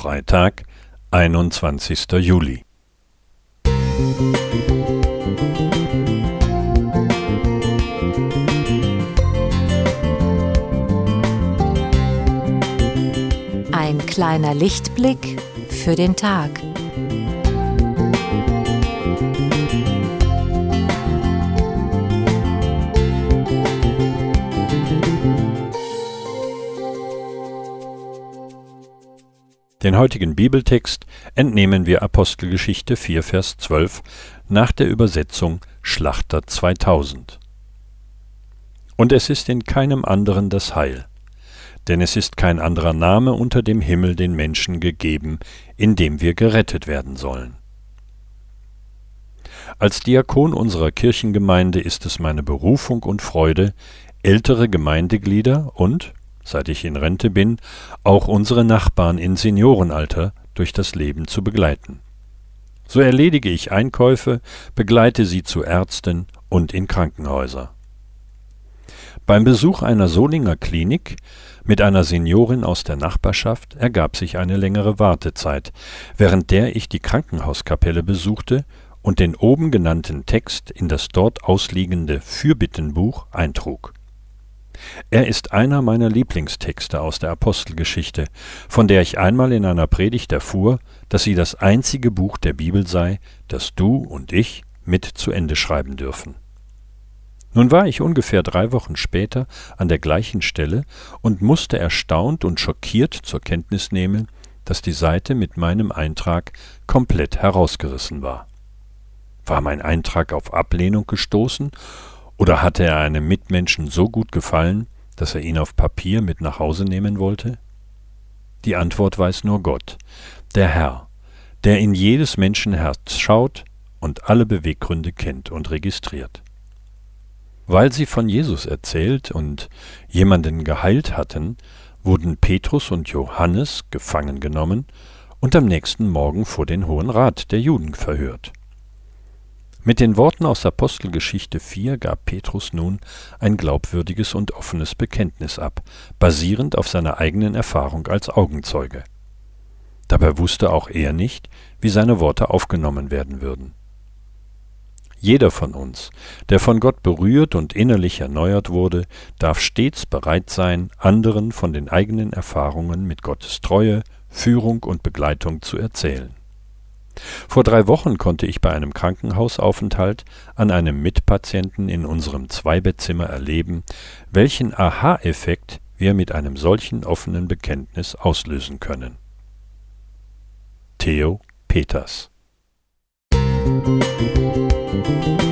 Freitag, 21. Juli. Ein kleiner Lichtblick für den Tag. Den heutigen Bibeltext entnehmen wir Apostelgeschichte 4, Vers 12 nach der Übersetzung Schlachter 2000. Und es ist in keinem anderen das Heil, denn es ist kein anderer Name unter dem Himmel den Menschen gegeben, in dem wir gerettet werden sollen. Als Diakon unserer Kirchengemeinde ist es meine Berufung und Freude, ältere Gemeindeglieder und, seit ich in Rente bin, auch unsere Nachbarn in Seniorenalter durch das Leben zu begleiten. So erledige ich Einkäufe, begleite sie zu Ärzten und in Krankenhäuser. Beim Besuch einer Solinger Klinik mit einer Seniorin aus der Nachbarschaft ergab sich eine längere Wartezeit, während der ich die Krankenhauskapelle besuchte und den oben genannten Text in das dort ausliegende Fürbittenbuch eintrug. Er ist einer meiner Lieblingstexte aus der Apostelgeschichte, von der ich einmal in einer Predigt erfuhr, dass sie das einzige Buch der Bibel sei, das du und ich mit zu Ende schreiben dürfen. Nun war ich ungefähr 3 Wochen später an der gleichen Stelle und musste erstaunt und schockiert zur Kenntnis nehmen, dass die Seite mit meinem Eintrag komplett herausgerissen war. War mein Eintrag auf Ablehnung gestoßen? Oder hatte er einem Mitmenschen so gut gefallen, dass er ihn auf Papier mit nach Hause nehmen wollte? Die Antwort weiß nur Gott, der Herr, der in jedes Menschenherz schaut und alle Beweggründe kennt und registriert. Weil sie von Jesus erzählt und jemanden geheilt hatten, wurden Petrus und Johannes gefangen genommen und am nächsten Morgen vor den Hohen Rat der Juden verhört. Mit den Worten aus Apostelgeschichte 4 gab Petrus nun ein glaubwürdiges und offenes Bekenntnis ab, basierend auf seiner eigenen Erfahrung als Augenzeuge. Dabei wusste auch er nicht, wie seine Worte aufgenommen werden würden. Jeder von uns, der von Gott berührt und innerlich erneuert wurde, darf stets bereit sein, anderen von den eigenen Erfahrungen mit Gottes Treue, Führung und Begleitung zu erzählen. Vor 3 Wochen konnte ich bei einem Krankenhausaufenthalt an einem Mitpatienten in unserem 2-Bettzimmer erleben, welchen Aha-Effekt wir mit einem solchen offenen Bekenntnis auslösen können. Theo Peters.